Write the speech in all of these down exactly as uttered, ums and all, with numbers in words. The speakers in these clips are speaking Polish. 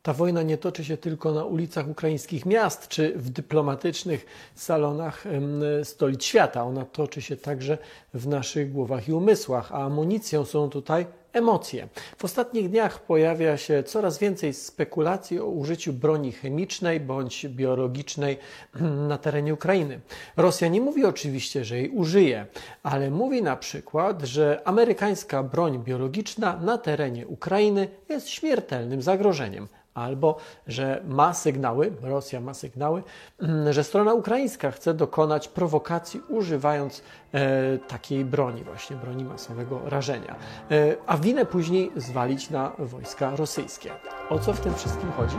Ta wojna nie toczy się tylko na ulicach ukraińskich miast czy w dyplomatycznych salonach stolic świata. Ona toczy się także w naszych głowach i umysłach, a amunicją są tutaj emocje. W ostatnich dniach pojawia się coraz więcej spekulacji o użyciu broni chemicznej bądź biologicznej na terenie Ukrainy. Rosja nie mówi oczywiście, że jej użyje, ale mówi na przykład, że amerykańska broń biologiczna na terenie Ukrainy jest śmiertelnym zagrożeniem. Albo, że ma sygnały, Rosja ma sygnały, że strona ukraińska chce dokonać prowokacji używając e, takiej broni, właśnie broni masowego rażenia, e, a winę później zwalić na wojska rosyjskie. O co w tym wszystkim chodzi?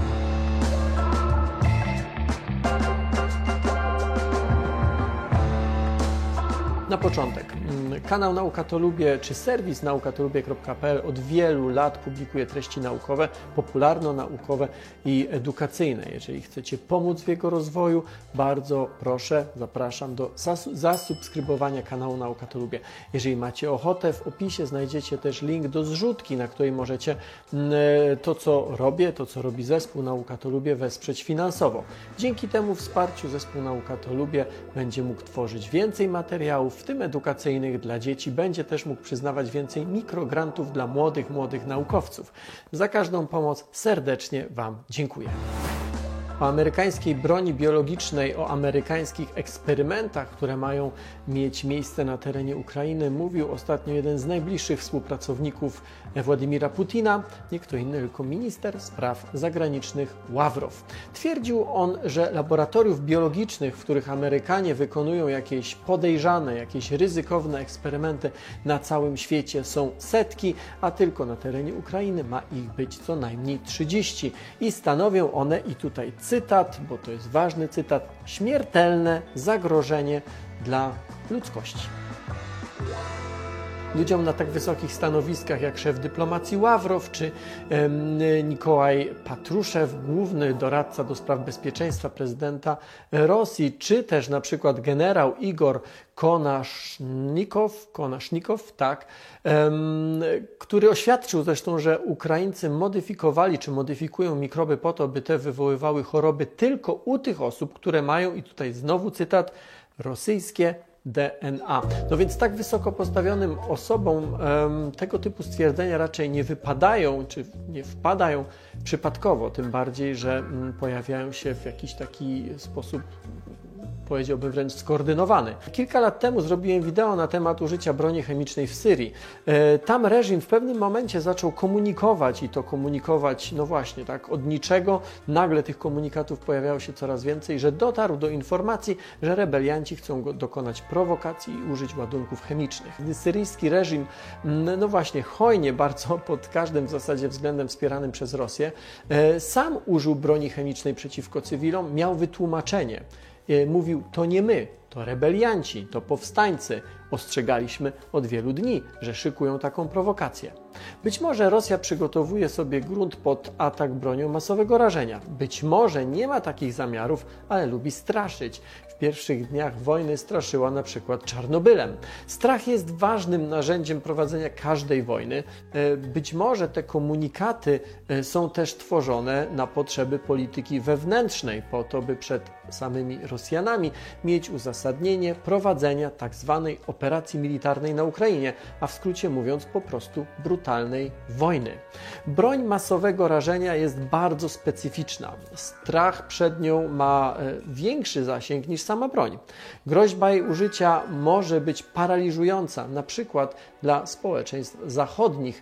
Na początek, kanał Nauka to Lubię, czy serwis nauka to lubię kropka p l od wielu lat publikuje treści naukowe, popularno-naukowe i edukacyjne. Jeżeli chcecie pomóc w jego rozwoju, bardzo proszę, zapraszam do zasubskrybowania kanału Nauka to Lubię. Jeżeli macie ochotę, w opisie znajdziecie też link do zrzutki, na której możecie to, co robię, to, co robi zespół Nauka to Lubię, wesprzeć finansowo. Dzięki temu wsparciu zespół Nauka to Lubię będzie mógł tworzyć więcej materiałów, w tym edukacyjnych dla dzieci, będzie też mógł przyznawać więcej mikrograntów dla młodych, młodych naukowców. Za każdą pomoc serdecznie Wam dziękuję. O amerykańskiej broni biologicznej, o amerykańskich eksperymentach, które mają mieć miejsce na terenie Ukrainy, mówił ostatnio jeden z najbliższych współpracowników Władimira Putina, nie kto inny, tylko minister spraw zagranicznych Ławrow. Twierdził on, że laboratoriów biologicznych, w których Amerykanie wykonują jakieś podejrzane, jakieś ryzykowne eksperymenty na całym świecie są setki, a tylko na terenie Ukrainy ma ich być co najmniej trzydzieści i stanowią one, i tutaj cytat, bo to jest ważny cytat, śmiertelne zagrożenie dla ludzkości. Ludziom na tak wysokich stanowiskach jak szef dyplomacji Ławrow czy um, Nikołaj Patruszew, główny doradca do spraw bezpieczeństwa prezydenta Rosji, czy też na przykład generał Igor Konasznikow, Konasznikow, tak, um, który oświadczył zresztą, że Ukraińcy modyfikowali czy modyfikują mikroby po to, by te wywoływały choroby tylko u tych osób, które mają, i tutaj znowu cytat, rosyjskie D N A. No więc tak wysoko postawionym osobom um, tego typu stwierdzenia raczej nie wypadają, czy nie wpadają przypadkowo, tym bardziej, że um, pojawiają się w jakiś taki sposób, powiedziałbym wręcz skoordynowany. Kilka lat temu zrobiłem wideo na temat użycia broni chemicznej w Syrii. Tam reżim w pewnym momencie zaczął komunikować i to komunikować, no właśnie, tak, od niczego. Nagle tych komunikatów pojawiało się coraz więcej, że dotarł do informacji, że rebelianci chcą dokonać prowokacji i użyć ładunków chemicznych. Gdy syryjski reżim, no właśnie, hojnie, bardzo pod każdym w zasadzie względem wspieranym przez Rosję, sam użył broni chemicznej przeciwko cywilom, miał wytłumaczenie. Mówił, to nie my, to rebelianci, to powstańcy. Ostrzegaliśmy od wielu dni, że szykują taką prowokację. Być może Rosja przygotowuje sobie grunt pod atak bronią masowego rażenia. Być może nie ma takich zamiarów, ale lubi straszyć. W pierwszych dniach wojny straszyła na przykład Czarnobylem. Strach jest ważnym narzędziem prowadzenia każdej wojny. Być może te komunikaty są też tworzone na potrzeby polityki wewnętrznej, po to, by przed samymi Rosjanami mieć uzasadnienie prowadzenia tak zwanej operacji militarnej na Ukrainie, a w skrócie mówiąc po prostu brutalnej wojny. Broń masowego rażenia jest bardzo specyficzna. Strach przed nią ma większy zasięg niż sama broń. Groźba jej użycia może być paraliżująca, na przykład dla społeczeństw zachodnich,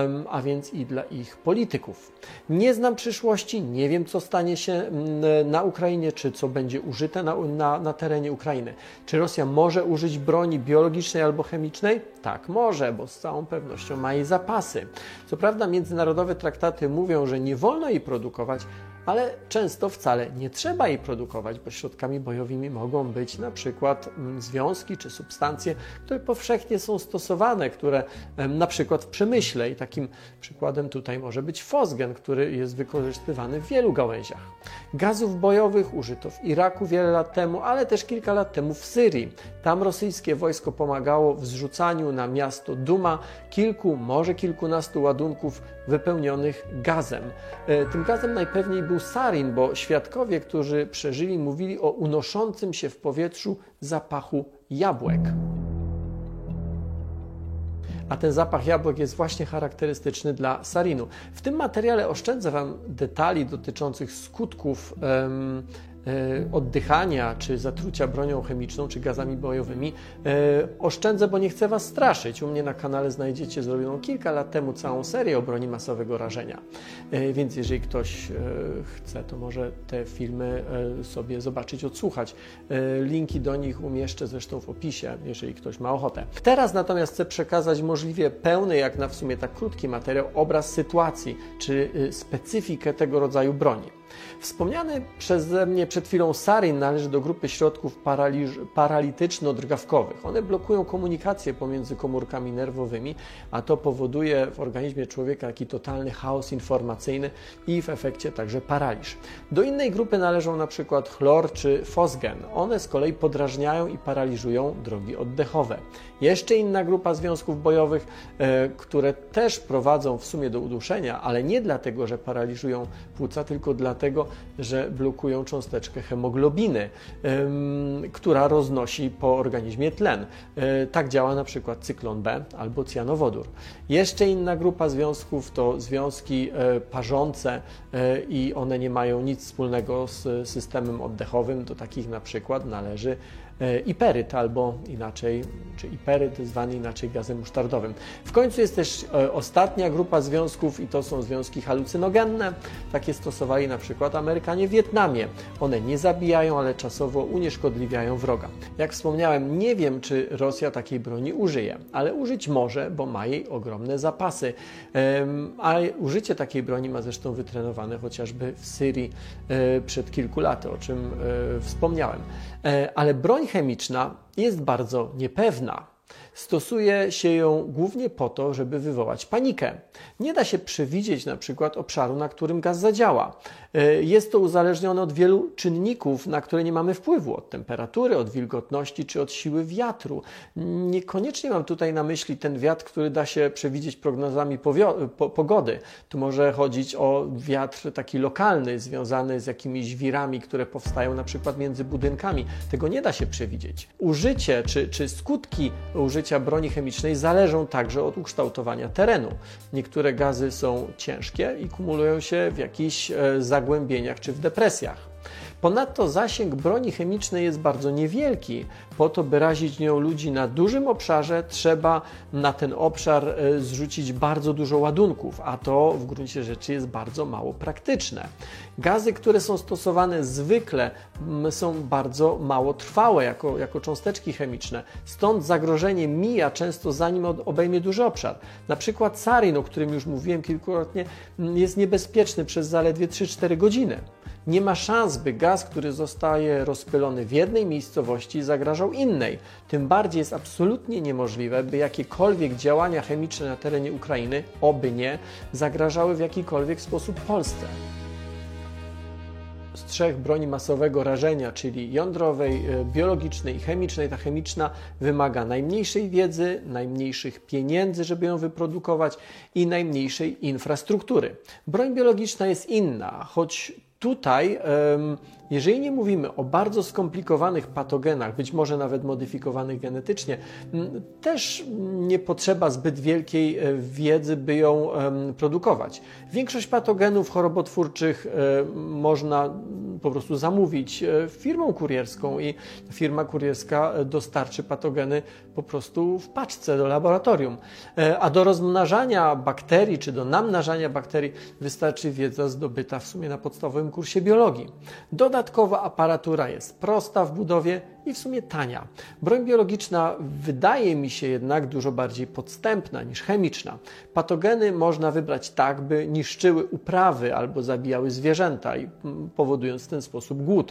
a więc i dla ich polityków. Nie znam przyszłości, nie wiem, co stanie się na Ukrainie, czy co będzie użyte na, na, na terenie Ukrainy. Czy Rosja może użyć broni biologicznej albo chemicznej? Tak, może, bo z całą pewnością ma jej zapasy. Co prawda międzynarodowe traktaty mówią, że nie wolno jej produkować, ale często wcale nie trzeba jej produkować, bo środkami bojowymi mogą być na przykład związki czy substancje, które powszechnie są stosowane, które na przykład w przemyśle i takim przykładem tutaj może być fosgen, który jest wykorzystywany w wielu gałęziach. Gazów bojowych użyto w Iraku wiele lat temu, ale też kilka lat temu w Syrii. Tam rosyjskie wojsko pomagało w zrzucaniu na miasto Duma kilku, może kilkunastu ładunków wypełnionych gazem. Tym gazem najpewniej był sarin, bo świadkowie, którzy przeżyli, mówili o unoszącym się w powietrzu zapachu jabłek. A ten zapach jabłek jest właśnie charakterystyczny dla sarinu. W tym materiale oszczędzę Wam detali dotyczących skutków um, oddychania, czy zatrucia bronią chemiczną, czy gazami bojowymi. Oszczędzę, bo nie chcę Was straszyć. U mnie na kanale znajdziecie zrobioną kilka lat temu całą serię o broni masowego rażenia. Więc jeżeli ktoś chce, to może te filmy sobie zobaczyć, odsłuchać. Linki do nich umieszczę zresztą w opisie, jeżeli ktoś ma ochotę. Teraz natomiast chcę przekazać możliwie pełny, jak na w sumie tak krótki materiał, obraz sytuacji, czy specyfikę tego rodzaju broni. Wspomniany przeze mnie przed chwilą sarin należy do grupy środków paralityczno-drgawkowych. One blokują komunikację pomiędzy komórkami nerwowymi, a to powoduje w organizmie człowieka taki totalny chaos informacyjny i w efekcie także paraliż. Do innej grupy należą na przykład chlor czy fosgen. One z kolei podrażniają i paraliżują drogi oddechowe. Jeszcze inna grupa związków bojowych, e, które też prowadzą w sumie do uduszenia, ale nie dlatego, że paraliżują płuca, tylko dlatego, że blokują cząsteczkę hemoglobiny, ym, która roznosi po organizmie tlen. Yy, tak działa na przykład cyklon B albo cjanowodór. Jeszcze inna grupa związków to związki yy, parzące yy, i one nie mają nic wspólnego z systemem oddechowym. Do takich na przykład należy iperyt albo inaczej, czy iperyt zwany inaczej gazem musztardowym. W końcu jest też e, ostatnia grupa związków i to są związki halucynogenne. Takie stosowali na przykład Amerykanie w Wietnamie. One nie zabijają, ale czasowo unieszkodliwiają wroga. Jak wspomniałem, nie wiem, czy Rosja takiej broni użyje, ale użyć może, bo ma jej ogromne zapasy. Ehm, a użycie takiej broni ma zresztą wytrenowane chociażby w Syrii e, przed kilku laty, o czym e, wspomniałem. E, ale broń chemiczna jest bardzo niepewna. Stosuje się ją głównie po to, żeby wywołać panikę. Nie da się przewidzieć na przykład obszaru, na którym gaz zadziała. Jest to uzależnione od wielu czynników, na które nie mamy wpływu, od temperatury, od wilgotności czy od siły wiatru. Niekoniecznie mam tutaj na myśli ten wiatr, który da się przewidzieć prognozami po pogody. Tu może chodzić o wiatr taki lokalny, związany z jakimiś wirami, które powstają na przykład między budynkami. Tego nie da się przewidzieć. Użycie czy, czy skutki użycia broni chemicznej zależą także od ukształtowania terenu. Niektóre gazy są ciężkie i kumulują się w jakichś zagłębieniach czy w depresjach. Ponadto zasięg broni chemicznej jest bardzo niewielki. Po to, by razić nią ludzi na dużym obszarze, trzeba na ten obszar zrzucić bardzo dużo ładunków, a to w gruncie rzeczy jest bardzo mało praktyczne. Gazy, które są stosowane zwykle, są bardzo mało trwałe jako, jako cząsteczki chemiczne. Stąd zagrożenie mija często zanim obejmie duży obszar. Na przykład sarin, o którym już mówiłem kilkukrotnie, jest niebezpieczny przez zaledwie trzy cztery godziny. Nie ma szans, by gaz, który zostaje rozpylony w jednej miejscowości, zagrażał innej. Tym bardziej jest absolutnie niemożliwe, by jakiekolwiek działania chemiczne na terenie Ukrainy, oby nie, zagrażały w jakikolwiek sposób Polsce. Z trzech broni masowego rażenia, czyli jądrowej, biologicznej i chemicznej, ta chemiczna wymaga najmniejszej wiedzy, najmniejszych pieniędzy, żeby ją wyprodukować i najmniejszej infrastruktury. Broń biologiczna jest inna, choć tutaj, jeżeli nie mówimy o bardzo skomplikowanych patogenach, być może nawet modyfikowanych genetycznie, też nie potrzeba zbyt wielkiej wiedzy, by ją produkować. Większość patogenów chorobotwórczych można po prostu zamówić firmą kurierską i firma kurierska dostarczy patogeny po prostu w paczce do laboratorium. A do rozmnażania bakterii, czy do namnażania bakterii wystarczy wiedza zdobyta w sumie na podstawowym kursie biologii. Dodatkowa aparatura jest prosta w budowie i w sumie tania. Broń biologiczna wydaje mi się jednak dużo bardziej podstępna niż chemiczna. Patogeny można wybrać tak, by niszczyły uprawy albo zabijały zwierzęta, i powodując w ten sposób głód.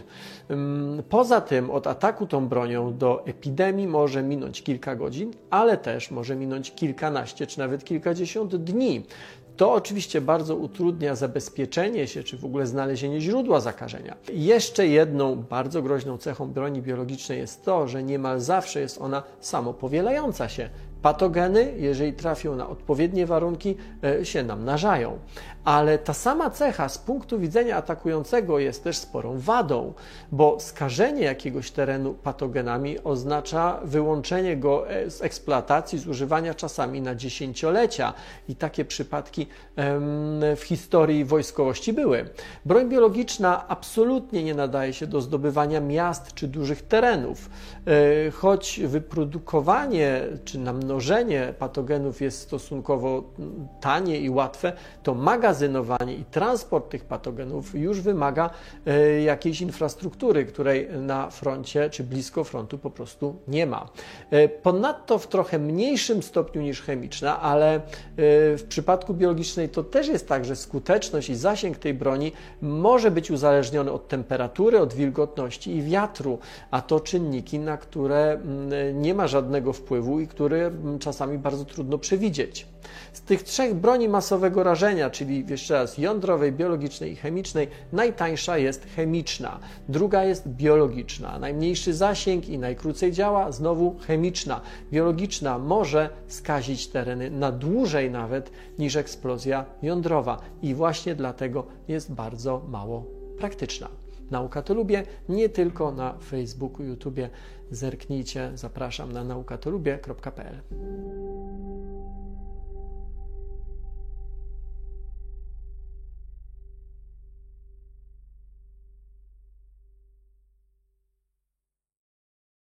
Poza tym od ataku tą bronią do epidemii może minąć kilka godzin, ale też może minąć kilkanaście czy nawet kilkadziesiąt dni. To oczywiście bardzo utrudnia zabezpieczenie się, czy w ogóle znalezienie źródła zakażenia. Jeszcze jedną bardzo groźną cechą broni biologicznej jest to, że niemal zawsze jest ona samopowielająca się. Patogeny, jeżeli trafią na odpowiednie warunki, się namnażają. Ale ta sama cecha z punktu widzenia atakującego jest też sporą wadą, bo skażenie jakiegoś terenu patogenami oznacza wyłączenie go z eksploatacji, z używania czasami na dziesięciolecia. I takie przypadki w historii wojskowości były. Broń biologiczna absolutnie nie nadaje się do zdobywania miast czy dużych terenów. Choć wyprodukowanie czy namnożenie patogenów jest stosunkowo tanie i łatwe, to magazynowanie i transport tych patogenów już wymaga jakiejś infrastruktury, której na froncie czy blisko frontu po prostu nie ma. Ponadto w trochę mniejszym stopniu niż chemiczna, ale w przypadku biologicznej to też jest tak, że skuteczność i zasięg tej broni może być uzależniony od temperatury, od wilgotności i wiatru, a to czynniki, na które nie ma żadnego wpływu i które czasami bardzo trudno przewidzieć. Z tych trzech broni masowego rażenia, czyli jeszcze raz jądrowej, biologicznej i chemicznej, najtańsza jest chemiczna, druga jest biologiczna. Najmniejszy zasięg i najkrócej działa, znowu chemiczna. Biologiczna może skazić tereny na dłużej nawet niż eksplozja jądrowa i właśnie dlatego jest bardzo mało praktyczna. Nauka to lubię, nie tylko na Facebooku, YouTubie. Zerknijcie, zapraszam na nauka to lubię kropka p l.